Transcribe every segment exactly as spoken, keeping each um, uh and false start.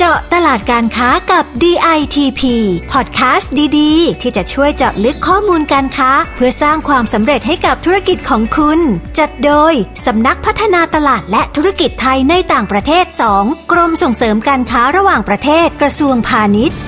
เจาะตลาดการค้ากับ ดี ไอ ที พี พอดแคสต์ดีๆที่จะช่วยเจาะลึกข้อมูลการค้าเพื่อสร้างความสำเร็จให้กับธุรกิจของคุณจัดโดยสำนักพัฒนาตลาดและธุรกิจไทยในต่างประเทศสองกรมส่งเสริมการค้าระหว่างประเทศกระทรวงพาณิชย์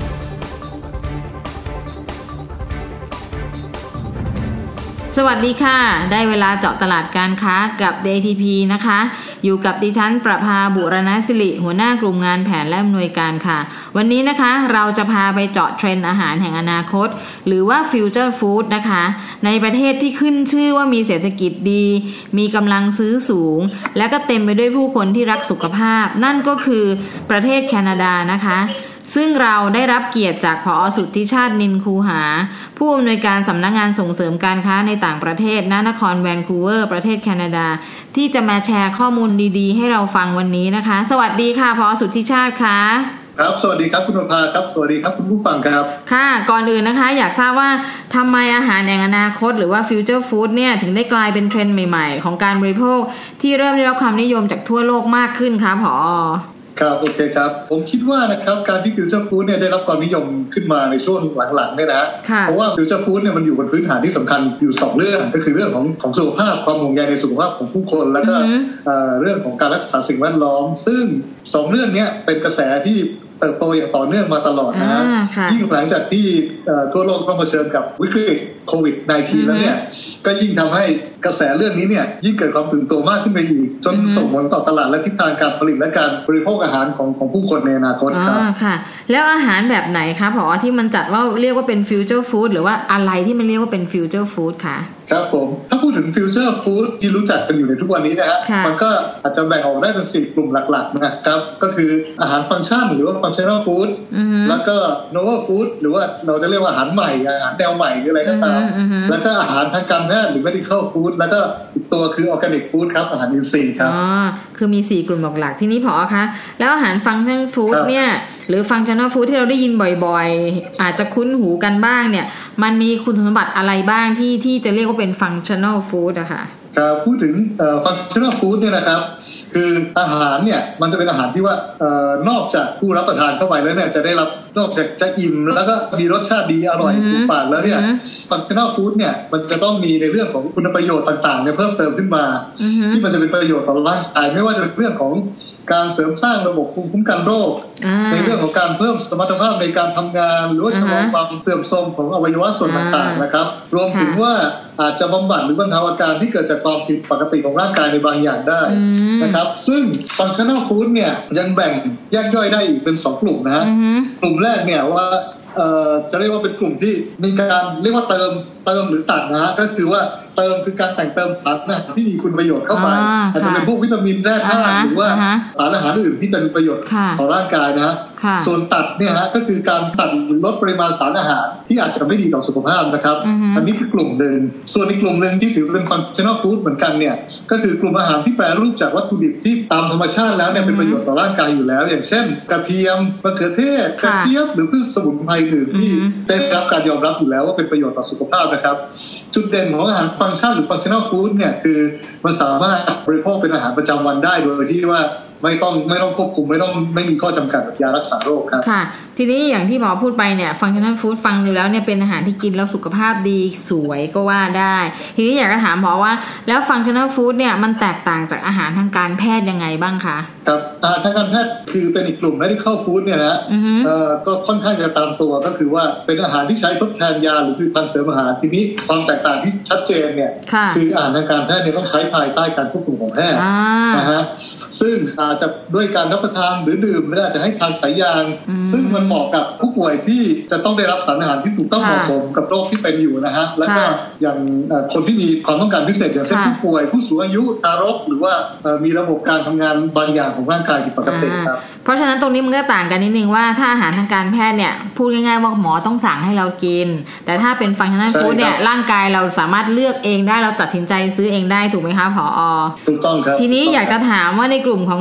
สวัสดีค่ะได้เวลาเจาะตลาดการค้ากับ ดี ไอ ที พี นะคะอยู่กับดิฉันประภาบุรณศิริหัวหน้ากลุ่มงานแผนและอำนวยการค่ะวันนี้นะคะเราจะพาไปเจาะเทรนด์อาหารแห่งอนาคตหรือว่าฟิวเจอร์ฟู้ดนะคะในประเทศที่ขึ้นชื่อว่ามีเศรษฐกิจดีมีกำลังซื้อสูงและก็เต็มไปด้วยผู้คนที่รักสุขภาพนั่นก็คือประเทศแคนาดานะคะซึ่งเราได้รับเกียรติจากผอ.สุทธิชาตินินคูหาผู้อำนวยการสำนักงานส่งเสริมการค้าในต่างประเทศณนครแวนคูเวอร์ประเทศแคนาดาที่จะมาแชร์ข้อมูลดีๆให้เราฟังวันนี้นะคะสวัสดีค่ะผอ.สุทธิชาติค่ะครับสวัสดีครับคุณประภาครับสวัสดีครับคุณผู้ฟังครับค่ะก่อนอื่นนะคะอยากทราบว่าทำไมอาหารแห่งอนาคตหรือว่าฟิวเจอร์ฟู้ดเนี่ยถึงได้กลายเป็นเทรนด์ใหม่ๆของการบริโภคที่เริ่มได้รับความนิยมจากทั่วโลกมากขึ้นคะผอ. ครับโอเคครับผมคิดว่านะครับการที่ฟิวเจอร์ฟู้ดเนี่ยได้รับความนิยมขึ้นมาในช่วงหลังๆเนี่ยนะเพราะว่าฟิวเจอร์ฟู้ดเนี่ยมันอยู่บนพื้นฐานที่สำคัญอยู่สองเรื่องก็คือเรื่องของของสุขภาพความห่วงใยในสุขภาพของผู้คนแล้วก็เรื่องของการรักษาสิ่งแวดล้อมซึ่งสองเรื่องนี้เป็นกระแสที่เติบโตอย่างต่อเนื่องมาตลอดนะฮะยิ่งหลังจากที่ทั่วโลกต้องเผชิญกับวิกฤตโควิด สิบเก้า แล้วเนี่ยก็ยิ่งทำให้กระแสเรื่องนี้เนี่ยยิ่งเกิดความตื่นตัวมากขึ้นไปอีกจนส่งผลต่อตลาดและทิศทางการผลิตและการบริโภคอาหารของของผู้คนในอนาคตครับอ๋อค่ะแล้วอาหารแบบไหนคะผอ.ที่มันจัดว่าเรียกว่าเป็นฟิวเจอร์ฟู้ดหรือว่าอะไรที่มันเรียกว่าเป็นฟิวเจอร์ฟู้ดคะครับผมถ้าพูดถึงฟิวเจอร์ฟู้ดที่รู้จักกันอยู่ในทุกวันนี้นะฮะมันก็อาจจะแบ่งออกได้เป็นสี่กลุ่มหลักๆนะครับก็คืออาหารฟังก์ชันหรือว่าฟังชั่นอลฟู้ดแล้วก็โนเวอร์ฟู้ดหรือว่าเราจะเรียกว่าอาหารใหม่อาหารแนวใหม่หรืออะไรก็ตามแล้วก็อาหารทางการแพทย์หรือ medical food แล้วก็อีกตัวคือ organic food ครับอาหารอินทรีย์ครับอ๋อคือมีสี่กลุ่มหลักๆที่นี้ผอ.คะแล้วอาหารฟังก์ชันฟู้ดเนี่ยหรือฟังชั่นอลฟู้ดที่เราได้ยินบ่อยๆอาจจะคุ้นหูกันบ้างเนี่ยมันมีคุณสมบัติอะไรบ้างที่ที่จะเรียกว่าเป็นฟังชั่นอลฟู้ดอะค่ะครับพูดถึงฟังชั่นอลฟู้ดเนี่ยนะครับคืออาหารเนี่ยมันจะเป็นอาหารที่ว่าเอ่อนอกจากผู้รับประทานเข้าไปแล้วเนี่ยจะได้รับนอกจากจะอิ่มแล้วก็มีรสชาติดีอร่อยถูกปากแล้วเนี่ยฟังชั่นอลฟู้ดเนี่ยมันจะต้องมีในเรื่องของคุณประโยชน์ต่างๆเนี่ยเพิ่มเติมขึ้นมาที่มันจะเป็นประโยชน์ต่อร่างกายไม่ว่าจะเป็นเรื่องของการเสริมสร้างระบบภูมิคุ้มกันโรคในเรื่องของการเพิ่มสมรรถภาพในการทำงานหรือว่าชะลอความเสื่อมโทรมของอวัยวะส่วนต่างๆนะครับรวมถึงว่าอาจจะบำบัดหรือบรรเทาอาการที่เกิดจากความผิดปกติของร่างกายในบางอย่างได้นะครับซึ่งฟังชั่นอลฟู้ดเนี่ยยังแบ่งแยกย่อยได้อีกเป็นสองกลุ่มนะฮะกลุ่มแรกเนี่ยว่าเอ่อจะเรียกว่าเป็นกลุ่มที่มีการเรียกว่าเติมเติมหรือตัดนะฮะก็คือว่าเติมคือการแต่งเติมสารอาหารที่มีคุณประโยชน์เข้าไปอาจจะเป็นพวกวิตามินแร่ธาตุหรือว่าสารอาหารอื่นที่เป็นประโยชน์ต่อร่างกายนะฮะส่วนตัดเนี่ยฮะก็คือการตัดลดปริมาณสารอาหารที่อาจจะไม่ดีต่อสุขภาพนะครับอันนี้คือกลุ่มหนึ่งส่วนอีกกลุ่มหนึ่งที่ถือเป็นฟังชั่นอลฟู้ดเหมือนกันเนี่ยก็คือกลุ่มอาหารที่แปรรูปจากวัตถุดิบที่ตามธรรมชาติแล้วเนี่ยเป็นประโยชน์ต่อร่างกายอยู่แล้วอย่างเช่นกระเทียมมะเขือเทศกระเทียมหรือพืชสมุนไพรอื่นที่ได้รับการยอมรับอยู่แล้วว่าเป็นประโยชน์ต่อสุขภาพนะครับจุดเด่นของอาหารฟังก์ชันหรือฟังชั่นอลฟู้ดเนี่ยคือมันสามารถบริโภคเป็นอาหารประจำวันได้โดยที่ว่าไม่ต้องไม่ต้องควบคุมไม่ต้องไม่มีข้อจำกัดแบบยารักษาโรคครับค่ะทีนี้อย่างที่หมอพูดไปเนี่ยฟังชั่นอลฟู้ดฟังดูแล้วเนี่ยเป็นอาหารที่กินแล้วสุขภาพดีสวยก็ว่าได้ทีนี้อยากจะถามหมอว่าแล้วฟังชั่นอลฟู้ดเนี่ยมันแตกต่างจากอาหารทางการแพทย์ยังไงบ้างคะครับอาหารทางการแพทย์คือเป็นอีกกลุ่ม medical food เนี่ยนะเอ่อก็ค่อนข้างจะตามตัวก็คือว่าเป็นอาหารที่ใช้ทดแทนยาหรือผลิตภัณฑ์เสริมอาหารทีนี้ความแตกต่างที่ชัดเจนเนี่ยคืออาหารทางการแพทย์เนี่ยต้องใช้ภายใต้การควบคุมของแพทย์นะฮะซึ่งอาจจะด้วยการรับประทานหรือดื่มหรืออาจจะให้ทานสายยางซึ่งมันเหมาะกับผู้ป่วยที่จะต้องได้รับสารอาหารที่ถูกต้องเหมาะสมกับโรคที่เป็นอยู่นะฮะแล้วก็อย่างคนที่มีความต้องการพิเศษอย่างเช่นผู้ป่วยผู้สูงอายุทารกหรือว่ามีระบบการทำงานบางอย่างของร่างกายผิดปกติครับเพราะฉะนั้นตรงนี้มันก็ต่างกันนิดนึงว่าถ้าอาหารทางการแพทย์เนี่ยพูดง่ายๆว่าหมอต้องสั่งให้เรากินแต่ถ้าเป็นฟังชั่นอลฟู้ดเนี่ยร่างกายเราสามารถเลือกเองได้เราตัดสินใจซื้อเองได้ถูกไหมคะผอ. ถูกต้องครับทีนี้อยากจะถามว่าในกลุ่มของ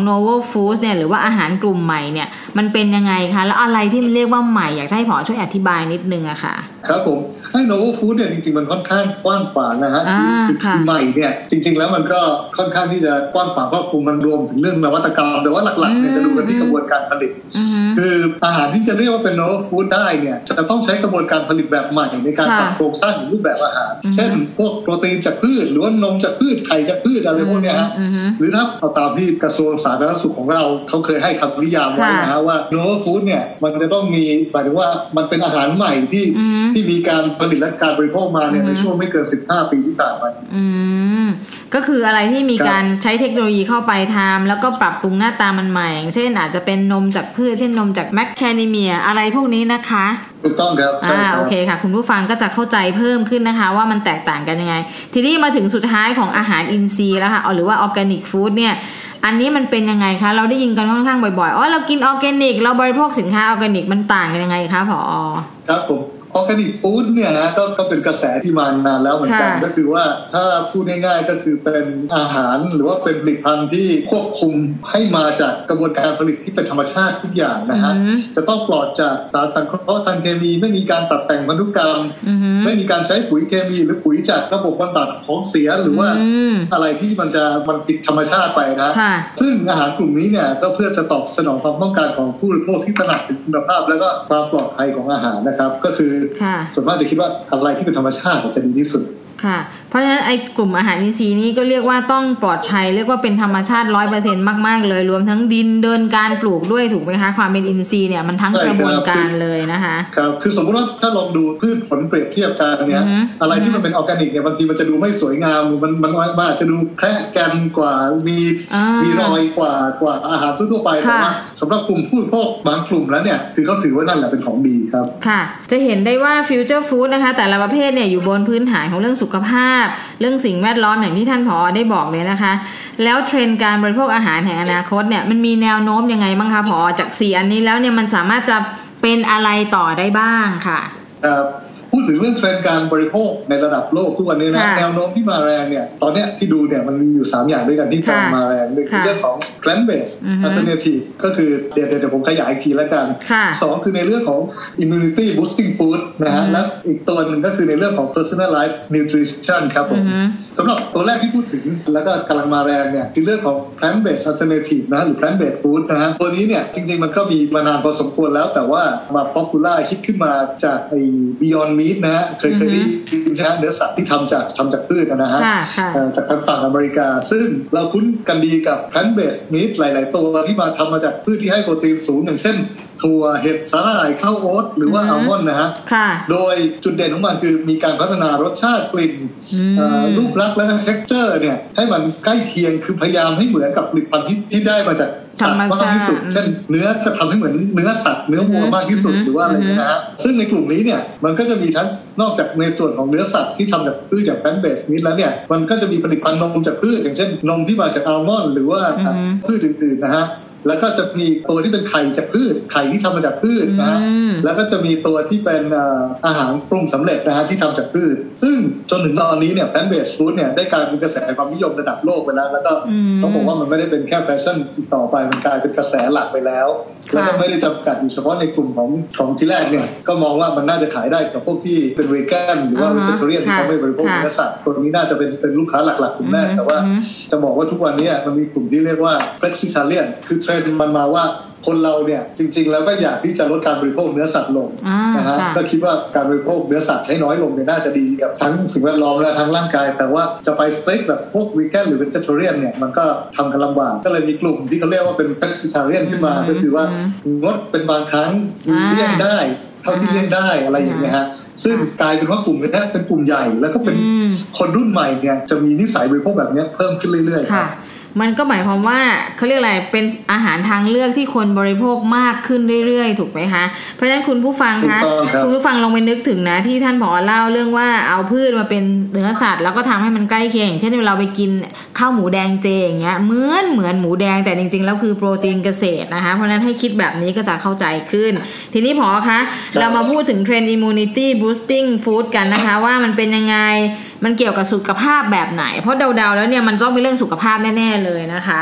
novel foods เนี่ยหรือว่าอาหารกลุ่มใหม่เนี่ยมันเป็นยังไงคะแล้วอะไรที่มันเรียกว่าใหม่อยากให้ผอช่วยอธิบายนิดนึงอะค่ะครับผมไอ้ novel food เนี่ยจริงๆมันค่อนข้างกว้างขวางนะฮะคือใหม่เนี่ยจริงๆแล้วมันก็ค่อนข้างที่จะกว้างขวางครอบคลุมมันรวมถึงเรื่องนวัตกรรมแต่ว่าหลักๆเนี่ยจะดูกันที่กระบวนการผลิตคืออาหารที่จะเรียกว่าเป็น novel food ได้เนี่ยจะต้องใช้กระบวนการผลิตแบบใหม่ในการปรับโครงสร้างรูปแบบอาหารเช่นพวกโปรตีนจากพืชหรือว่านมจากพืชไข่จากพืชอะไรพวกนี้ฮะหรือถ้าเอาตามที่กระทรวงสาธารณสุขของเราเขาเคยให้คำนิยามไว้นะฮะว่า novel food เนี่ยมันจะต้องมีหมายถึงว่ามันเป็นอาหารใหม่ที่ที่มีการผลิตและการบริโภคมาเนี่ยในช่วงไม่เกินสิบห้าปีที่ผ่านมาอืมก็คืออะไรที่มีการใช้เทคโนโลยีเข้าไปทำแล้วก็ปรับปรุงหน้าตามันใหม่อย่างเช่นอาจจะเป็นนมจากพืชเช่นนมจากแมคแคนิเมียอะไรพวกนี้นะคะถูกต้องครับอ่าโอเคค่ะคุณผู้ฟังก็จะเข้าใจเพิ่มขึ้นนะคะว่ามันแตกต่างกันยังไงทีนี้มาถึงสุดท้ายของอาหารอินทรีย์แล้วค่ะหรือว่าออร์แกนิกฟู้ดเนี่ยอันนี้มันเป็นยังไงคะเราได้ยินกันค่อนข้างบ่อยๆอ๋อเรากินออร์แกนิกเราบริโภคสินค้าออร์แกนิกมันต่างกันยังไงคะผอ. ครับผมออร์แกนิกฟู้ดเนี่ยนะก็ก็เป็นกระแสที่มานานแล้วเหมือนกันก็คือว่าถ้าพูดง่ายๆก็คือเป็นอาหารหรือว่าเป็นผลิตภัณฑ์ที่ควบคุมให้มาจากกระบวนการผลิตที่เป็นธรรมชาติทุกอย่างนะฮะจะต้องปลอดจากสารสังเคราะห์ทางเคมีไม่มีการตัดแต่งพันธุกรรมไม่มีการใช้ปุ๋ยเคมีหรือปุ๋ยจากระบบบำบัดของเสียหรือว่าอะไรที่มันจะมันผิดธรรมชาติไปนะซึ่งอาหารกลุ่มนี้เนี่ยก็เพื่อจะตอบสนองความต้องการของผู้บริโภคที่ตระหนักถึงคุณภาพแล้วก็ความปลอดภัยของอาหารนะครับก็คือส่วนมากจะคิดว่าอะไรที่เป็นธรรมชาติจะดีที่สุดค่ะเพราะฉะนั้นไอ้กลุ่มอาหารอินทรีย์นี้ก็เรียกว่าต้องปลอดภัยเรียกว่าเป็นธรรมชาติ ร้อยเปอร์เซ็นต์ มากๆเลยรวมทั้งดินเดินการปลูกด้วยถูกไหมคะความเป็นอินทรีย์เนี่ยมันทั้งกระบวนการเลยนะคะครับคือสมมติว่าถ้าลองดูพืชผลเปรียบเทียบกันเนี่ยอะไรที่มันเป็นออร์แกนิกเนี่ยบางทีมันจะดูไม่สวยงามมันมันมันอาจจะดูแคระแกนกว่ามีมีรอยกว่ากว่าอาหารทั่วไปแต่ว่าสำหรับกลุ่มผู้บริโภคบางกลุ่มแล้วเนี่ยคือเขาถือว่านั่นแหละเป็นของดีครับค่ะจะเห็นได้ว่าฟิวเจอร์ฟู้ดนะคะแต่ละประเภทเนี่ยอยู่บนพื้นฐานของเรื่องสุขภาพเรื่องสิ่งแวดล้อมอย่างที่ท่านผอ.ได้บอกเลยนะคะแล้วเทรนด์การบริโภคอาหารแห่งอนาคตเนี่ยมันมีแนวโน้มยังไงบ้างคะผอ.จากสี่อันนี้แล้วเนี่ยมันสามารถจะเป็นอะไรต่อได้บ้างค่ะครับพูดถึงเรื่องเทรนด์การบริโภคในระดับโลกทุกวันนี้นะแนวโน้มที่มาแรงเนี่ยตอนนี้ที่ดูเนี่ยมันมีอยู่สามอย่างด้วยกันที่กำลังมาแรงหนึ่งคือเรื่องของ plant based alternative ก็คือเดี๋ยวเดี๋ยวผมขยายอีกทีแล้วกันสองคือในเรื่องของ immunity boosting food นะฮะและอีกตัวนึงก็คือในเรื่องของ personalized nutrition ครับผมสำหรับตัวแรกที่พูดถึงแล้วก็กำลังมาแรงเนี่ยคือเรื่องของ plant based alternative นะหรือ plant based food นะฮะตัวนี้เนี่ยจริงๆมันก็มีมานานพอสมควรแล้วแต่ว่ามา popular ฮิตขึ้นมาจากไอ้ Beyondมีดนะฮะเคยเคยได้ยินใช่ไหมเนื้อสัตว์ที่ทำจากทำจากพืชนะฮะจากทางฝั่งอเมริกาซึ่งเราคุ้นกันดีกับ plant based meat หลายๆตัวที่มาทำมาจากพืชที่ให้โปรตีนสูงอย่างเช่นถั่วเห็ดสาหร่ายข้าวโอ๊ตหรือว่าอัลมอนด์นะฮะโดยจุดเด่นของมันคือมีการพัฒนารสชาติกลิ่นรูปลักษณ์และ texture เนี่ยให้มันใกล้เคียงคือพยายามให้เหมือนกับผลิตภัณฑ์ที่ได้มาจากสัตว์มากที่สุดเช่นเนื้อก็ทำให้เหมือนเนื้อสัตว์เนื้อวัวมากที่สุดหรือว่าอะไรนะฮะซึ่งในกลุ่มนี้เนี่ยมันก็จะมีทั้งนอกจากในส่วนของเนื้อสัตว์ที่ทำจากพืชอย่าง plant based meat แล้วเนี่ยมันก็จะมีผลิตภัณฑ์นมจากพืชอย่างเช่นนมที่มาจากอัลมอนด์หรือว่าพืชอื่นๆนะฮะแล้วก็จะมีตัวที่เป็นไข่จากพืชไข่ที่ทำมาจากพืชนะแล้วก็จะมีตัวที่เป็นอาหารปรุงสำเร็จนะฮะที่ทำจากพืชซึ่งจนถึงตอนนี้เนี่ย plant based food เนี่ยได้กลายเป็นกระแสความนิยมระดับโลกไปแล้วแล้วก็ต้องบอกว่ามันไม่ได้เป็นแค่แฟชั่นต่อไปมันกลายเป็นกระแสหลักไปแล้วแล้วก็ไม่ได้จำกัดอยู่เฉพาะในกลุ่มของของที่แรกเนี่ยก็มองว่ามันน่าจะขายได้กับพวกที่เป็นเวแกนหรือว่าเวจิเทเรียนที่เขาไม่บริโภคเนื้อสัตว์คนนี้น่าจะเป็นเป็นลูกค้าหลักๆกลุ่มแรกแต่ว่าจะบอกว่าทุกวันนี้มันมีกลุ่มที่เรียกว่า flexitarian คือเทรนด์มันมาว่าคนเราเนี่ยจริงๆแล้วก็อยากที่จะลดการบริโภคเนื้อสัตว์ลงนะฮะก็คิดว่าการบริโภคเนื้อสัตว์ให้น้อยลงเนี่ยน่าจะดีกับทั้งสิ่งแวดล้อมและทั้งร่างกายแต่ว่าจะไปสเปคแบบพวกวีแกนหรือเวจิเทเรียนเนี่ยมันก็ทำกันลำบากก็เลยมีกลุ่มที่เขาเรียกว่าเป็น flexitarian ขึ้นมาก็คือว่างดเป็นบางครั้งเลี่ยงได้เท่าที่เลี่ยงได้อะไรอย่างเงี้ยฮะซึ่งกลายเป็นว่ากลุ่มนี้เป็นกลุ่มใหญ่แล้วก็เป็นคนรุ่นใหม่เนี่ยจะมีนิสัยบริโภคแบบนี้เพิ่มขึ้นเรื่อยๆครับมันก็หมายความว่าเขาเรียกอะไรเป็นอาหารทางเลือกที่คนบริโภคมากขึ้นเรื่อยๆถูกไหมคะเพราะฉะนั้นคุณผู้ฟังคะคุณผู้ฟังลองไปนึกถึงนะที่ท่านผอเล่าเรื่องว่าเอาพืชมาเป็นเนื้อสัตว์แล้วก็ทำให้มันใกล้เคียงอย่างเช่นเราไปกินข้าวหมูแดงเจอย่างเงี้ยเหมือนเหมือนหมูแดงแต่จริงๆแล้วคือโปรตีนเกษตรนะคะเพราะฉะนั้นให้คิดแบบนี้ก็จะเข้าใจขึ้นทีนี้ผอคะเรามาพูดถึงเทรนด์ immunity boosting food กันนะคะว่ามันเป็นยังไงมันเกี่ยวกับสุขภาพแบบไหนเพราะเดาๆแล้วเนี่ยมันต้องเป็นเรื่องสุขภาพแน่ๆเลยนะคะ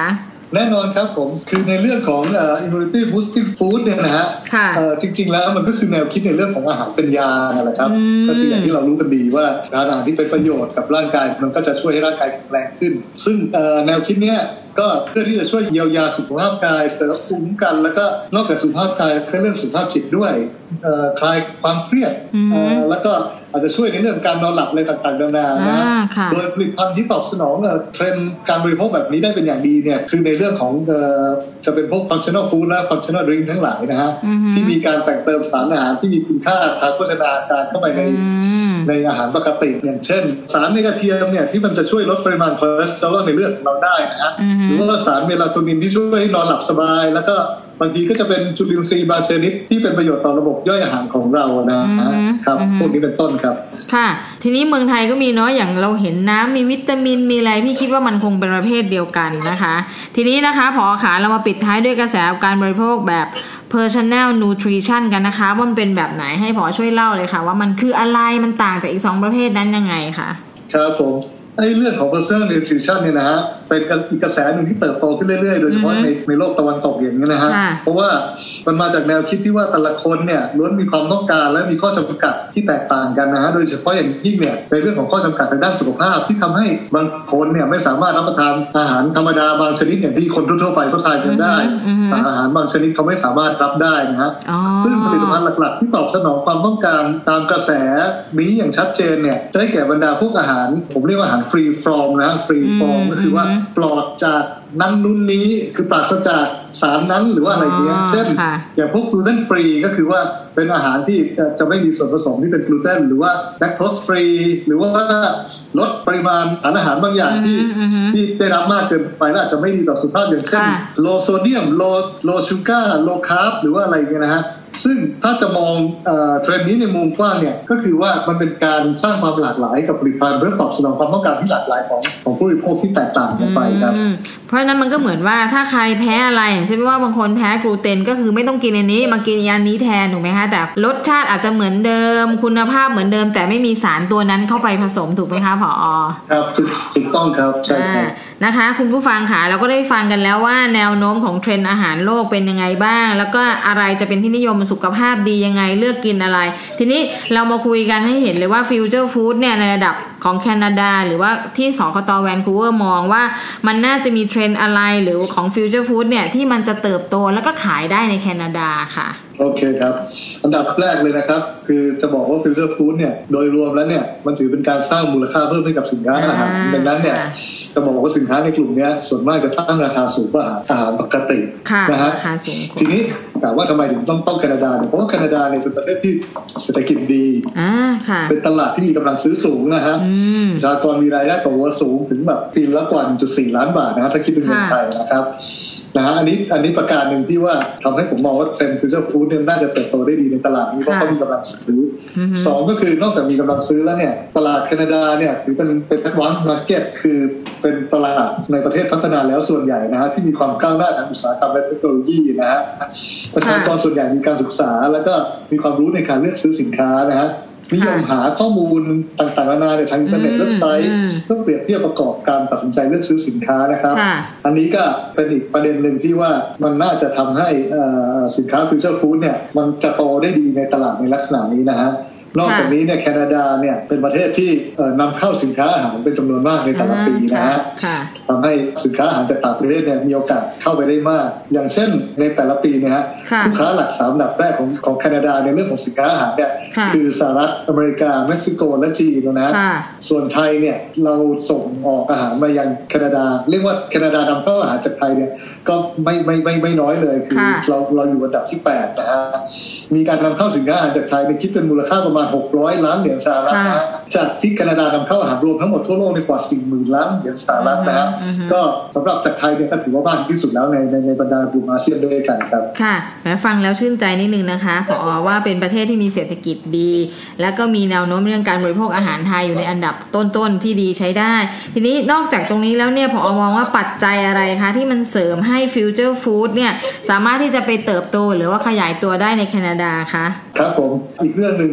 แน่นอนครับผมคือในเรื่องของ uh, immunity boosting food เนี่ยนะฮะจริงๆแล้วมันก็คือแนวคิดในเรื่องของอาหารเป็นยาแหละครับก็คืออย่างที่เรารู้กันดีว่าอาหารที่เป็นประโยชน์กับร่างกายมันก็จะช่วยให้ร่างกายแข็งแรงขึ้นซึ่งแนวคิดเนี้ยก็เพื่อที่จะช่วยเยียวยาสุขภาพกายเสริมภูมิคุ้มกันแล้วก็นอกจากสุขภาพกายก็เรื่องสุขภาพจิตด้วยคลายความเครียดแล้วก็อาจจะช่วยในเรื่องการนอนหลับอะไรต่างๆนานานะโดยผลิตภัณฑ์ที่ตอบสนองเทรนด์การบริโภคแบบนี้ได้เป็นอย่างดีเนี่ยคือในเรื่องของจะเป็นพวก functional food และ functional drink ทั้งหลายนะฮะที่มีการแต่งเติมสารอาหารที่มีคุณค่าทางโภชนาการเข้าไปในในอาหารปกติอย่างเช่นสารในกระเทียมเนี่ยที่มันจะช่วยลดปริมาณคอเลสเตอรอลในเลือดของเราได้นะฮะหรือว่าสารเมลาโทนินที่ช่วยให้นอนหลับสบายแล้วก็บางทีก็จะเป็นจุลินทรีย์บางชนิดที่เป็นประโยชน์ต่อระบบย่อยอาหารของเรานะครับพวกนี้เป็นต้นครับค่ะทีนี้เมืองไทยก็มีเนาะอย่างเราเห็นน้ำมีวิตามินมีอะไรพี่คิดว่ามันคงเป็นประเภทเดียวกันนะคะทีนี้นะคะผอขาเรามาปิดท้ายด้วยกระแสการบริโภคแบบ personal nutrition กันนะคะว่ามันเป็นแบบไหนให้ผอช่วยเล่าเลยค่ะว่ามันคืออะไรมันต่างจากอีกสองประเภทนั้นยังไงคะครับผมไอ้เรื่องของ personal nutrition เนี่ยนะฮะเป็นอีกกระแสหนึ่งที่เติบโตขึ้นเรื่อยๆโดยเฉพาะในในโลกตะวันตกอย่างนี้นะฮะเพราะว่ามันมาจากแนวคิดที่ว่าแต่ละคนเนี่ยล้วนมีความต้องการและมีข้อจำกัดที่แตกต่างกันนะฮะโดยเฉพาะอย่างยิ่งเนี่ยในเรื่องของข้อจำกัดทางด้านสุขภาพที่ทำให้บางคนเนี่ยไม่สามารถรับประทานอาหารธรรมดาบางชนิดอย่างที่คนทั่วไปก็ทานกันได้สารอาหารบางชนิดเขาไม่สามารถรับได้นะฮะซึ่งผลิตภัณฑ์หลักๆที่ตอบสนองความต้องการตามกระแสนี้อย่างชัดเจนเนี่ยได้แก่บรรดาพวกอาหารผมเรียกว่าอาหาร free from นะ free from ก็คือว่าปลอดจากนั้นนู้นนี้คือปราศจากสารนั้นหรือว่าอะไรเงี้ยเช่นอย่างพวกกลูเตนฟรีก็คือว่าเป็นอาหารที่จะจะไม่มีส่วนผสมที่เป็นกลูเตนหรือว่าแลคโตสฟรีหรือว่าลดปริมาณสารอาหารบางอย่างที่ที่ได้รับมากเกินไปแล้วอาจจะไม่ดีต่อสุขภาพอย่างเช่นโลโซเดียมโลโลชูการ์โลคาร์บหรือว่าอะไรเงี้ยนะฮะซึ่งถ้าจะมองเอ่อเทรนด์นี้ในมุมกว้างเนี่ยก็คือว่ามันเป็นการสร้างความหลากหลายกับผลิตภัณฑ์เพื่อตอบสนองความต้องการที่หลากหลายของของผู้บริโภคที่แตกต่างกันไปครับเพราะฉะนั้นมันก็เหมือนว่าถ้าใครแพ้อะไรเช่นว่าบางคนแพ้กลูเตนก็คือไม่ต้องกินอันนี้มากินอันนี้แทนถูกไหมคะแต่รสชาติอาจจะเหมือนเดิมคุณภาพเหมือนเดิมแต่ไม่มีสารตัวนั้นเข้าไปผสมถูกไหมคะผอ. ครับถูกต้องครับใช่ครับนะคะคุณผู้ฟังค่ะเราก็ได้ฟังกันแล้วว่าแนวโน้มของเทรนด์อาหารโลกเป็นยังไงบ้างแล้วก็อะไรจะเป็นที่นิยมสุขภาพดียังไงเลือกกินอะไรทีนี้เรามาคุยกันให้เห็นเลยว่าฟิวเจอร์ฟู้ดเนี่ยในระดับของแคนาดาหรือว่าที่สคต.แวนคูเวอร์มองว่ามันน่าจะมีเทรนด์อะไรหรือของฟิวเจอร์ฟู้ดเนี่ยที่มันจะเติบโตแล้วก็ขายได้ในแคนาดาค่ะโอเคครับอันดับแรกเลยนะครับคือจะบอกว่าฟิวเจอร์ฟู้ดเนี่ยโดยรวมแล้วเนี่ยมันถือเป็นการสร้างมูลค่าเพิ่มให้กับสินค้าอาหารดังนั้นเนี่ยจะบอกว่าสินค้าในกลุ่มนี้ส่วนมากจะตั้งราคาสูงกว่าอาหารปกตินะฮะทีนี้แต่ว่าทำไมถึงต้องต้องแคนาดาเนี่ยเพราะว่าแคนาดาเนี่ยเป็นประเทศที่เศรษฐกิจดีเป็นตลาดที่มีกำลังซื้อสูงนะฮะประชากรมีรายได้ต่อหัวสูงถึงแบบปีละกว่า หนึ่งจุดสี่ ล้านบาทนะฮะถ้าคิดเป็นเงินไทยนะครับนะฮะอันนี้อันนี้ประการหนึ่งที่ว่าทำให้ผมมองว่าเทรนด์ฟิวเจอร์ฟู้ดเนี่ยน่าจะเติบโตได้ดีในตลาดนี้เพราะเขามีกำลังซื้อสองก็คือนอกจากมีกำลังซื้อแล้วเนี่ยตลาดแคนาดาเนี่ยถือเป็นเป็นแอดวานซ์มาร์เก็ตคือเป็นตลาดในประเทศพัฒนาแล้วส่วนใหญ่นะฮะที่มีความก้าวหน้าทางอุตสาหกรรมและเทคโนโลยีนะฮะประชากรส่วนใหญ่มีการศึกษาแล้วก็มีความรู้ในการเลือกซื้อสินค้านะฮะนิยมหาข้อมูลต่างๆนานาในทางอินเทอร์เน็ตเว็บไซต์เพื่อเปรียบเทียบประกอบการตัดสินใจเลือกซื้อสินค้านะครับอันนี้ก็เป็นอีกประเด็นหนึ่งที่ว่ามันน่าจะทำให้สินค้าฟิวเจอร์ฟู้ดเนี่ยมันจะโตได้ดีในตลาดในลักษณะนี้นะฮะนอกจากนี้เนี่ยแคนาดาเนี่ยเป็นประเทศที่นำเข้าสินค้าอาหารเป็นจำนวนมากในแต่ละปีนะฮะทำให้สินค้าอาหารจากต่างประเทศเนี่ยมีโอกาสเข้าไปได้มากอย่างเช่นในแต่ละปีเนี่ยฮะลูกค้าหลักสามอันดับแรกของของแคนาดาในเรื่องของสินค้าอาหารเนี่ยคือสหรัฐอเมริกาเม็กซิโกและจีนนะฮะส่วนไทยเนี่ยเราส่งออกอาหารมายังแคนาดาเรียกว่าแคนาดานำเข้าอาหารจากไทยเนี่ยก็ไม่ไม่ไม่ไม่น้อยเลยคือเราเราอยู่อันดับที่แปดนะฮะมีการนำเข้าสินค้าอาหารจากไทยเป็นคิดเป็นมูลค่าประมาณหกร้อยล้านเหรียญสหรัฐนะจากที่แคนาดานำเข้าอาหารรวมทั้งหมดทั่วโลกในกว่า สี่หมื่น ล้านเหรียญสหรัฐนะฮะก็สำหรับจากไทยเนี่ยก็ถือว่ามากที่สุดแล้วในในในบรรดากลุ่มอาเซียนด้วยกันครับค่ะแม้ฟังแล้วชื่นใจนิดนึงนะคะผอ.ว่าเป็นประเทศที่มีเศรษฐกิจดีแล้วก็มีแนวโน้มเรื่องการบริโภคอาหารไทยอยู่ในอันดับต้นๆที่ดีใช้ได้ทีนี้นอกจากตรงนี้แล้วเนี่ยผอ.มองว่าปัจจัยอะไรคะที่มันเสริมให้ฟิวเจอร์ฟู้ดเนี่ยสามารถที่จะไปเติบโตหรือว่าขยายตัวได้ในแคนาดาคะครับผมอีกเรื่องนึงที่สำคัญ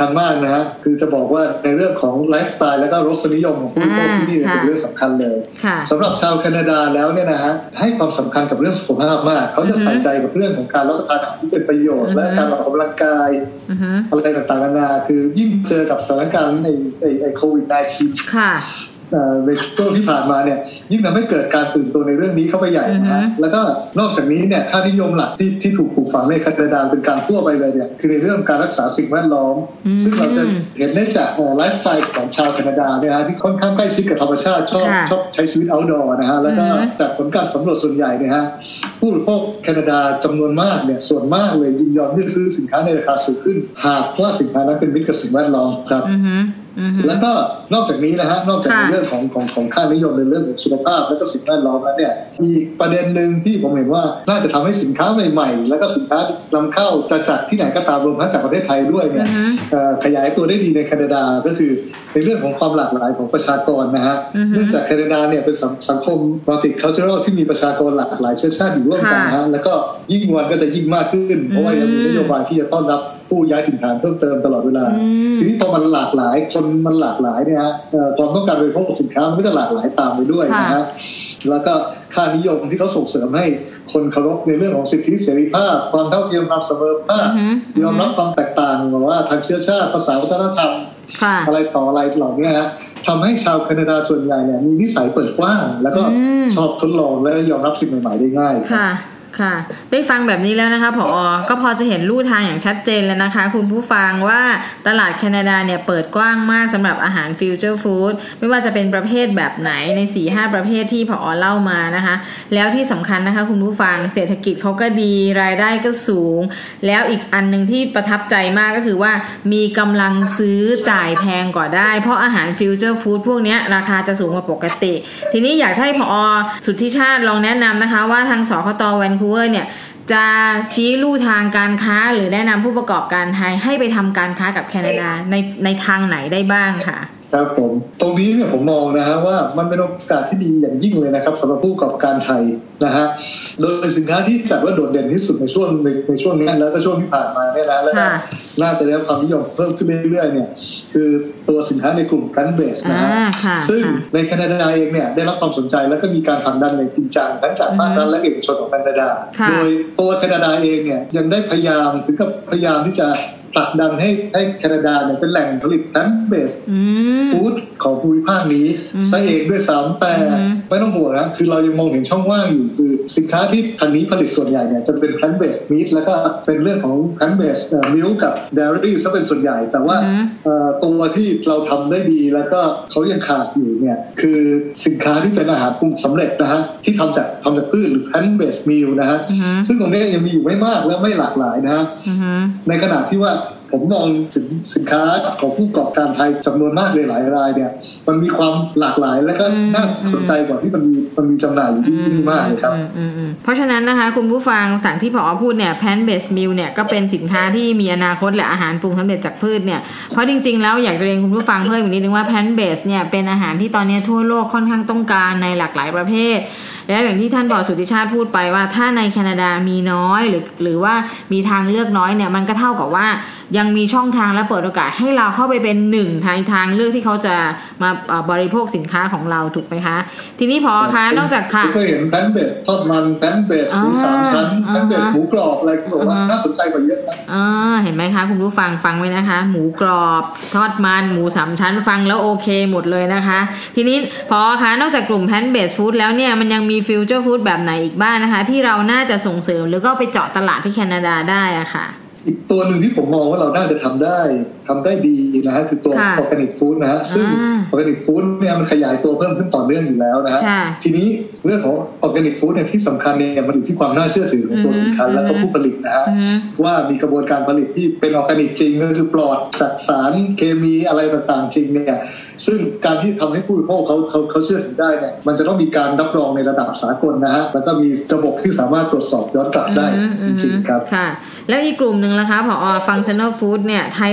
ญมากนะฮะคือจะบอกว่าในเรื่องของไลฟ์สไตล์แล้วก็รสนิยมของผู้บริโภคที่นี่เป็นเรื่องสำคัญเลยสำหรับชาวแคนาดาแล้วเนี่ยนะฮะให้ความสำคัญกับเรื่องสุขภาพมากเขาจะใส่ใจกับเรื่องของการรับประทานอาหารที่เป็นประโยชน์และการออกกำลังกายอะไรต่างๆนานาคือยิ่งเจอกับสถานการณ์ในไอ้โควิด สิบเก้า ในช่วงที่ผ่านมาเนี่ยยิ่งทำให้เกิดการตื่นตัวในเรื่องนี้เข้าไปใหญ่นะฮะแล้วก็นอกจากนี้เนี่ยค่านิยมหลักที่ที่ถูกปลูกฝังในแคนาดาเป็นการทั่วไปเลยเนี่ยคือในเรื่องการรักษาสิ่งแวดล้อมซึ่งเราจะเห็นได้จากไลฟ์สไตล์ของชาวแคนาดาเนี่ยฮะที่ค่อนข้างใกล้ชิดกับธรรมชาติชอบชอบใช้ชีวิต outdoor นะฮะแล้วก็จากผลการสำรวจส่วนใหญ่เนี่ยฮะผู้บริโภคแคนาดาจำนวนมากเนี่ยส่วนมากเลยยินยอมที่จะซื้อสินค้าในราคาสูงขึ้นหากว่าสินค้านั้นเป็นมิตรกับสิ่งแวดล้อมครับแล้วก็นอกจากนี้นะฮะนอกจากในเรื่องของของของค่านิยมในเรื่องของสุขภาพและก็สิ่งแวดล้อมแล้วเนี่ยอีกประเด็นหนึ่งที่ผมเห็นว่าน่าจะทำให้สินค้าใหม่ๆแล้วก็สินค้านำเข้าจะจากที่ไหนก็ตามรวมทั้งจากประเทศไทยด้วยเนี่ยขยายตัวได้ดีในแคนาดาก็คือในเรื่องของความหลากหลายของประชากรนะฮะเนื่องจากแคนาดาเนี่ยเป็นสังคมมัลติคัลเจอรัลที่มีประชากรหลากหลายเชื้อชาติอยู่ร่วมกันนะฮะแล้วก็ยิ่งวันก็จะยิ่งมากขึ้นเพราะว่ายังมีนโยบายที่จะต้อนรับผู้ย้ายถิ่นฐานเพิ่มเติมตลอดเวลาทีนี้พอมันหลากหลายคนมันหลากหลายเนี่ยฮะความต้องการบริโภคสินค้ามันก็จะหลากหลายตามไปด้วยนะฮะแล้วก็ค่านิยมที่เขาส่งเสริมให้คนเคารพในเรื่องของสิทธิเสรีภาพความเท่าเทียมความเสมอภาคยอมรับความแตกต่างหรือว่าทางเชื้อชาติภาษาวัฒนธรรมอะไรต่ออะไรเหล่านี้ฮะทำให้ชาวแคนาดาส่วนใหญ่เนี่ยมีนิสัยเปิดกว้างแล้วก็ชอบทดลองและยอมรับสิ่งใหม่ๆได้ง่ายค่ะค่ะได้ฟังแบบนี้แล้วนะคะผอ.ก็พอจะเห็นลู่ทางอย่างชัดเจนแล้วนะคะคุณผู้ฟังว่าตลาดแคนาดาเนี่ยเปิดกว้างมากสำหรับอาหารฟิวเจอร์ฟู้ดไม่ว่าจะเป็นประเภทแบบไหนใน สี่ห้า ประเภทที่ผอ.เล่ามานะคะแล้วที่สำคัญนะคะคุณผู้ฟังเศรษฐกิจเขาก็ดีรายได้ก็สูงแล้วอีกอันนึงที่ประทับใจมากก็คือว่ามีกำลังซื้อจ่ายแพงกว่าได้เพราะอาหารฟิวเจอร์ฟู้ดพวกนี้ราคาจะสูงกว่าปกติทีนี้อยากให้ผอ.สุทธิชาติลองแนะนำนะคะว่าทางสคต.แวนคูเวอร์เนี่ยจะชี้ลู่ทางการค้าหรือแนะนำผู้ประกอบการไทยให้ไปทำการค้ากับแคนาดาในในทางไหนได้บ้างค่ะครับผมตรงนี้เนี่ยผมมองนะฮะว่ามันเป็นโอกาสที่ดีอย่างยิ่งเลยนะครับสำหรับผู้ประกอบการไทยนะฮะโดยสินค้าที่จัดว่าโดดเด่นที่สุดในช่วงในในช่วงนี้แล้วก็ช่วงที่ผ่านมาเนี่ยนะแล้วก็น่าจะได้รับความนิยมเพิ่มขึ้นเรื่อยๆเนี่ยคือตัวสินค้าในกลุ่ม plant based นะฮะซึ่งในแคนาดาเองเนี่ยได้รับความสนใจแล้วก็มีการผลักดันอย่างจริงจังทั้งจากภาครัฐและเอกชนของแคนาดาโดยตัวแคนาดาเองเนี่ยยังได้พยายามถึงกับพยายามที่จะผลักดันให้ให้แคนาดาเนี่ยเป็นแหล่งผลิต plant based ฟู้ดของภูมิภาคนี้ซะเองด้วยซ้ำแต่ไม่ต้องห่วงนะคือเรายังมองเห็นช่องว่างอยู่คือสินค้าที่ทางนี้ผลิตส่วนใหญ่เนี่ยจะเป็น plant based meat แล้วก็เป็นเรื่องของ plant based milk กับ dairy ซะเป็นส่วนใหญ่แต่ว่าตัวที่เราทำได้ดีแล้วก็เขายังขาดอยู่เนี่ยคือสินค้าที่เป็นอาหารปรุงสำเร็จนะฮะที่ทำจากทำจากพืชหรือ plant based meal นะฮะซึ่งตรงนี้ยังมีอยู่ไม่มากและไม่หลากหลายนะฮะในขณะที่ว่าผมมองถึงสินค้าของผู้ประกอบการไทยจำนวนมากเลยหลายรายเนี่ยมันมีความหลากหลายและก็น่าสนใจกว่าที่มันมีมันมีจำหน่ายอยู่ที่นี่มากเลยครับเพราะฉะนั้นนะคะคุณผู้ฟังต่างที่ผอ.พูดเนี่ย plant based meal เนี่ยก็เป็นสินค้าที่มีอนาคตและอาหารปรุงสำเร็จจากพืชเนี่ยเพราะจริงๆแล้วอยากจะเรียนคุณผู้ฟังเพิ่มอีกนิดนึงว่า plant based เนี่ยเป็นอาหารที่ตอนนี้ทั่วโลกค่อนข้างต้องการในหลากหลายประเภทและอย่างที่ท่านผอ.สุทธิชาติพูดไปว่าถ้าในแคนาดามีน้อยหรือหรือว่ามีทางเลือกน้อยเนี่ยมันก็เท่ากับว่ายังมีช่องทางและเปิดโอกาสให้เราเข้าไปเป็นหนึ่งทางทางเลือกที่เขาจะมาบริโภคสินค้าของเราถูกไหมคะทีนี้ผอ.คะนอกจากค่ะเคยเห็นแพนเบสทอดมันแพนเบสหมูสามชั้นแพนเบสหมูกรอบอะไรที่บอกว่าน่าสนใจกว่าเยอะนะอ่าเห็นไหมคะคุณผู้ฟังฟังไว้นะคะหมูกรอบทอดมันหมูสามชั้นฟังแล้วโอเคหมดเลยนะคะทีนี้ผอ.คะนอกจากกลุ่มแพนเบสฟู้ดแล้วเนี่ยมันยังมีฟิวเจอร์ฟู้ดแบบไหนอีกบ้างนะคะที่เราน่าจะส่งเสริมหรือก็ไปเจาะตลาดที่แคนาดาได้อะค่ะอีกตัวหนึ่งที่ผมมองว่าเราน่าจะทำได้ทำได้ดีนะฮะคือตัวออร์แกนิกฟู้ดนะฮะซึ่งออร์แกนิกฟู้ดเนี่ยมันขยายตัวเพิ่มขึ้นต่อเนื่องอยู่แล้วนะฮะทีนี้เรื่องของออร์แกนิกฟู้ดเนี่ยที่สำคัญเนี่ยมันอยู่ที่ความน่าเชื่อถือของตัวสินค้าและก็ผู้ผลิตนะฮะว่ามีกระบวนการผลิตที่เป็นออร์แกนิกจริงก็คือปลอดจากสารเคมีอะไรต่างๆจริงเนี่ยซึ่งการที่ทำให้ผู้บริโภคเขาเขาเขาเชื่อถือได้เนี่ยมันจะต้องมีการรับรองในระดับสากลนะฮะแล้วก็มีระบบที่สามารถตรวจสอบย้อนกลับได้จริงๆครับค่ะแล้วอีกกลุ่มหนึ่งล่ะคะผอ. functional food เนี่ยไทยเราก็มี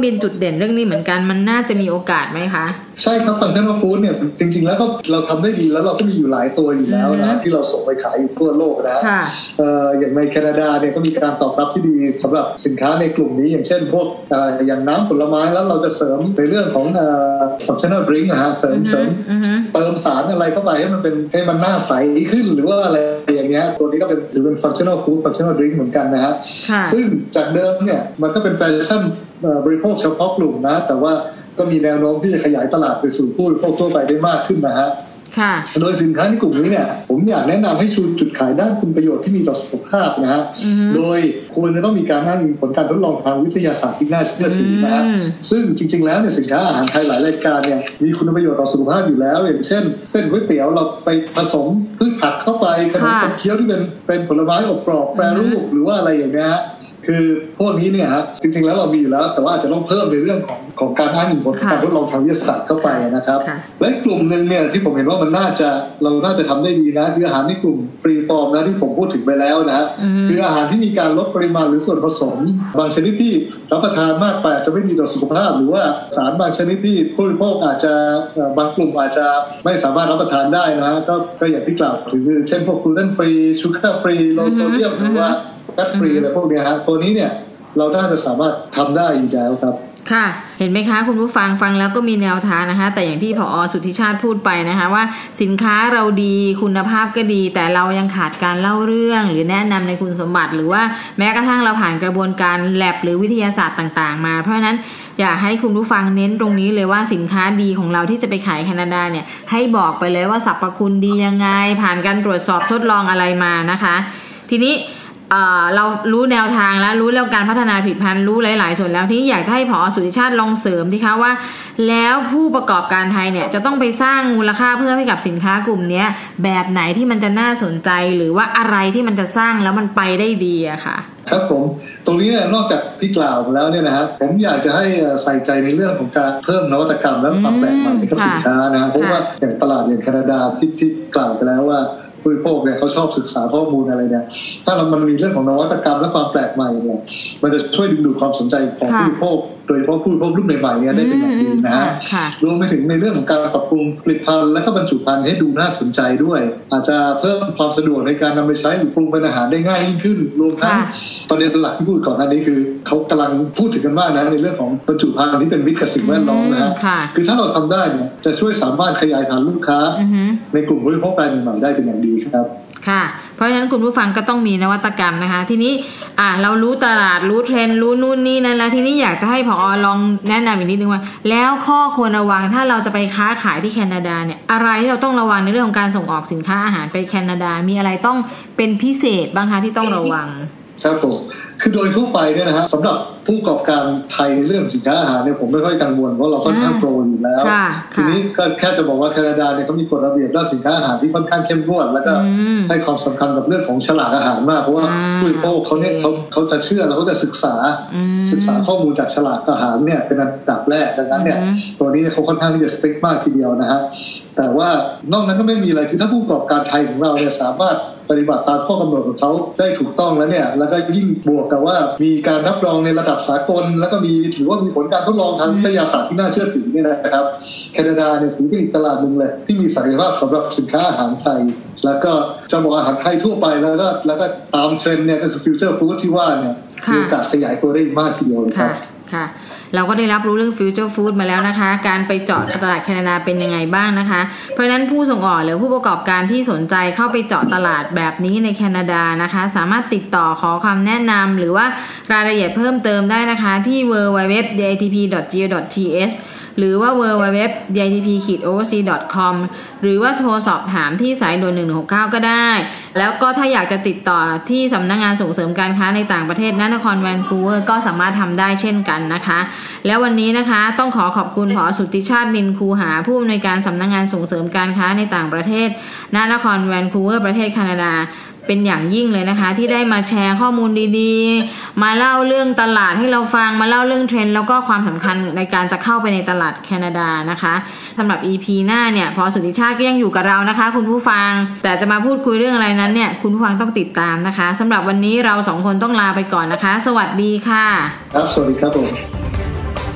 มีจุดเด่นเรื่องนี้เหมือนกันมันน่าจะมีโอกาสไหมคะใช่ครับ functional food เนี่ยจริงๆแล้วก็เราทำได้ดีแล้วเราก็มีอยู่หลายตัวอยู่แล้วนะที่เราส่งไปขายอยู่ทั่วโลกนะเอ่ออย่างในแคนาดาเนี่ยก็มีการตอบรับที่ดีสำหรับสินค้าในกลุ่มนี้อย่างเช่นพวกเอ่ออย่างน้ำผลไม้แล้วเราจะเสริมในเรื่องของเอ่อ functional drink นะฮะเสริมเสริมเติมสารอะไรเข้าไปให้มันเป็นให้มันหน้าใสขึ้นหรือว่าอะไรอย่างเงี้ยตัวนี้ก็เป็นถือเป็น functional food functional drink เหมือนกันนะฮะซึ่งจากเดิมเนี่ยมันก็เป็นแฟชั่นบริโภคเฉพาะกลุ่มนะแต่ว่าก็มีแนวโน้มที่จะขยายตลาดไปสู่ผู้บริโภคทั่วไปได้มากขึ้นนะฮะโดยสินค้าในกลุ่มนี้เนี่ยผมอยากแนะนำให้ชูจุดขายด้านคุณประโยชน์ที่มีต่อสุขภาพนะฮะโดยควรจะต้องมีการอ้างอิงผลการทดลองทางวิทยาศาสตร์ที่น่าเชื่อถือนะฮะซึ่งจริงๆแล้วเนี่ยสินค้าอาหารไทยหลายรายการเนี่ยมีคุณประโยชน์ต่อสุขภาพอยู่แล้วอย่างเช่นเส้นก๋วยเตี๋ยวเราไปผสมพืชผักเข้าไปขนมขบเคี้ยวที่เป็นเป็นผลไม้อบกรอบแปรรูปหรือว่าอะไรอย่างเงี้ยคือพวกนี้เนี่ยฮะจริงๆแล้วเรามีอยู่แล้วแต่ว่าอาจจะต้องเพิ่มในเรื่องของของการอ้างอิงผลการทดลองทางวิทยาศาสตร์เข้าไปนะครับและกลุ่มนึงเนี่ยที่ผมเห็นว่ามันน่าจะเราน่าจะทำได้ดีนะคืออาหารในกลุ่มฟรีฟอร์มนะที่ผมพูดถึงไปแล้วนะคืออาหารที่มีการลดปริมาณหรือส่วนผสมบางชนิดที่รับประทานมากไปจะไม่ดีต่อสุขภาพหรือว่าสารบางชนิดที่ผู้บริโภคอาจจะบางกลุ่มอาจจะไม่สามารถรับประทานได้นะก็ก็อย่างที่กล่าวถึงเช่นพวกกลูเตนฟรีชูเกอร์ฟรีโลโซเดียมหรือว่ากัดฟรีอะไรพวกนี้ฮะตัวนี้เนี่ยเราน่าจะสามารถทำได้อยู่แล้วครับค่ะเห็นไหมคะคุณผู้ฟังฟังแล้วก็มีแนวทางนะคะแต่อย่างที่ผอ.สุทธิชาติพูดไปนะคะว่าสินค้าเราดีคุณภาพก็ดีแต่เรายังขาดการเล่าเรื่องหรือแนะนำในคุณสมบัติหรือว่าแม้กระทั่งเราผ่านกระบวนการแลบหรือวิทยาศาสตร์ต่างๆมาเพราะฉะนั้นอยากให้คุณผู้ฟังเน้นตรงนี้เลยว่าสินค้าดีของเราที่จะไปขายแคนาดาเนี่ยให้บอกไปเลยว่าสรรพคุณดียังไงผ่านการตรวจสอบทดลองอะไรมานะคะทีนี้เอ่อเรารู้แนวทางแล้วรู้เรื่องการพัฒนาผลิตภัณฑ์รู้หลายๆส่วนแล้วที่อยากจะให้ผอ.สุทธิชาติลองเสริมสิคะว่าแล้วผู้ประกอบการไทยเนี่ยจะต้องไปสร้างมูลค่าเพิ่มให้กับสินค้ากลุ่มนี้แบบไหนที่มันจะน่าสนใจหรือว่าอะไรที่มันจะสร้างแล้วมันไปได้ดีอะค่ะครับผมตรงนี้เนี่ยนอกจากที่กล่าวแล้วเนี่ยนะครับผมอยากจะให้ใส่ใจในเรื่องของการเพิ่มนวัตกรรมและความแปลกใหม่ให้กับสินค้านะเพราะว่าอย่างตลาดอย่างแคนาดาที่ที่กล่าวไปแล้วว่าผู้บริโภคเนี่ยเขาชอบศึกษาข้อมูลอะไรเนี่ยถ้ามันมีเรื่องของนวัตกรรมและความแปลกใหม่เนี่ยมันจะช่วยดึงดูดความสนใจของผู้บริโภคโดยเฉพาะผู้บริโภครุ่นใหม่ๆเนี่ยได้เป็นอย่างดีนะฮะรวมไปถึงในเรื่องของการปรับปรุงผลิตภัณฑ์และก็บรรจุภัณฑ์ให้ดูน่าสนใจด้วยอาจจะเพิ่มความสะดวกในการนำไปใช้หรือปรุงเป็นอาหารได้ง่ายยิ่งขึ้นรวมทั้งประเด็นหลักที่พูดก่อนหน้านี้คือเขากำลังพูดถึงกันมากนะในเรื่องของบรรจุภัณฑ์ที่เป็นมิตรกับสิ่งแวดล้อมนะฮะคือถ้าเราทำได้เนี่ยจะช่วยสามารถขยายฐานลูกค้าในกลุ่มผู้บริโภครายใหม่ได้เป็นอย่างดีครับค่ะเพราะฉะนั้นคุณผู้ฟังก็ต้องมีนวัตกรรมนะคะทีนี้อ่ะเรารู้ตลาดรู้เทรนด์รู้นู่นนี่นั่นแล้วทีนี้อยากจะให้ผอ.ลองแนะนำอีกนิดนึงว่าแล้วข้อควรระวังถ้าเราจะไปค้าขายที่แคนาดาเนี่ยอะไรที่เราต้องระวังในเรื่องของการส่งออกสินค้าอาหารไปแคนาดามีอะไรต้องเป็นพิเศษบ้างคะที่ต้องระวังครับผมคือโดยทั่วไปเนี่ยนะฮะสำหรับผู้ประกอบการไทยในเรื่องสินค้าอาหารเนี่ยผมไม่ค่อยกังวลเพราะเราค่อนข้างโปรอยู่แล้วทีนี้ก็แค่จะบอกว่าแคนาดาเนี่ยเขามีกฎระเบียบด้านสินค้าอาหารที่ค่อนข้างเข้มงวดแล้วก็ให้ความสำคัญกับเรื่องของฉลากอาหารมากเพราะว่าผู้บริโภคเขาเนี่ยเขาเขาจะเชื่อแล้วเขาจะศึกษาศึกษาข้อมูลจากฉลากอาหารเนี่ยเป็นอันดับแรกดังนั้นเนี่ยตัวนี้เขาค่อนข้างที่จะสเปคมากทีเดียวนะฮะแต่ว่านอกนั้นก็ไม่มีอะไรคือถ้าผู้ประกอบการไทยของเราเนี่ยสามารถปฏิบัติตามข้อกำหนดของเขาได้ถูกต้องแล้วเนี่ยแล้วก็ยิ่งบวกกับว่ามีการรับรองในระดับสากลแล้วก็มีถือว่ามีผลการทดลองทางวิทยาศาสตร์ที่น่าเชื่อถือเนี่ยนะครับแคนาดาเนี่ยถือเป็นอีกตลาดหนึ่งเลยที่มีศักยภาพสำหรับสินค้าอาหารไทยแล้วก็จะบอกอาหารไทยทั่วไปแล้วก็แล้วก็ตามเทรนด์เนี่ยก็คือฟิวเจอร์ฟู้ดที่ว่าเนี่ยมีโอกาสขยายตัวได้มากทีเดียวครับค่ะเราก็ได้รับรู้เรื่องฟิวเจอร์ฟู้ดมาแล้วนะคะการไปเจาะตลาดแคนาดาเป็นยังไงบ้างนะคะเพราะฉะนั้นผู้ส่งออกหรือผู้ประกอบการที่สนใจเข้าไปเจาะตลาดแบบนี้ในแคนาดานะคะสามารถติดต่อขอคำแนะนำหรือว่ารายละเอียดเพิ่มเติมได้นะคะที่ ดับเบิลยู ดับเบิลยู ดับเบิลยู ดอท ดี ไอ ที พี ดอท จี โอ ดอท ที เอช หรือว่า ดับเบิลยู ดับเบิลยู ดับเบิลยู ดอท ดี ไอ ที พี ดอท โอ เวอร์ซี ดอท คอม หรือว่าโทรสอบถามที่สายด่วนหนึ่งหนึ่งหกเก้าก็ได้แล้วก็ถ้าอยากจะติดต่อที่สำนักงานส่งเสริมการค้าในต่างประเทศณนครแวนคูเวอร์ก็สามารถทำได้เช่นกันนะคะแล้ววันนี้นะคะต้องขอขอบคุณผอ.สุทธิชาตินินคูหาผู้อำนวยการสำนักงานส่งเสริมการค้าในต่างประเทศณนครแวนคูเวอร์ประเทศแคนาดาเป็นอย่างยิ่งเลยนะคะที่ได้มาแชร์ข้อมูลดีๆมาเล่าเรื่องตลาดให้เราฟังมาเล่าเรื่องเทรนด์แล้วก็ความสำคัญในการจะเข้าไปในตลาดแคนาดานะคะสำหรับ อี พี หน้าเนี่ยผอ.สุทธิชาติก็ยังอยู่กับเรานะคะคุณผู้ฟังแต่จะมาพูดคุยเรื่องอะไรนั้นเนี่ยคุณผู้ฟังต้องติดตามนะคะสำหรับวันนี้เราสองคนต้องลาไปก่อนนะคะสวัสดีค่ะครับสวัสดีครับผม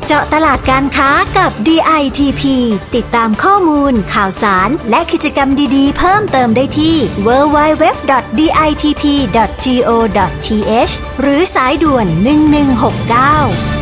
เจาะตลาดการค้ากับ ดี ไอ ที พี ติดตามข้อมูลข่าวสารและกิจกรรมดีๆเพิ่มเติมได้ที่ ดับเบิลยู ดับเบิลยู ดับเบิลยู ดอท ดี ไอ ที พี ดอท โก ดอท ที เอช หรือสายด่วนหนึ่งหนึ่งหกเก้า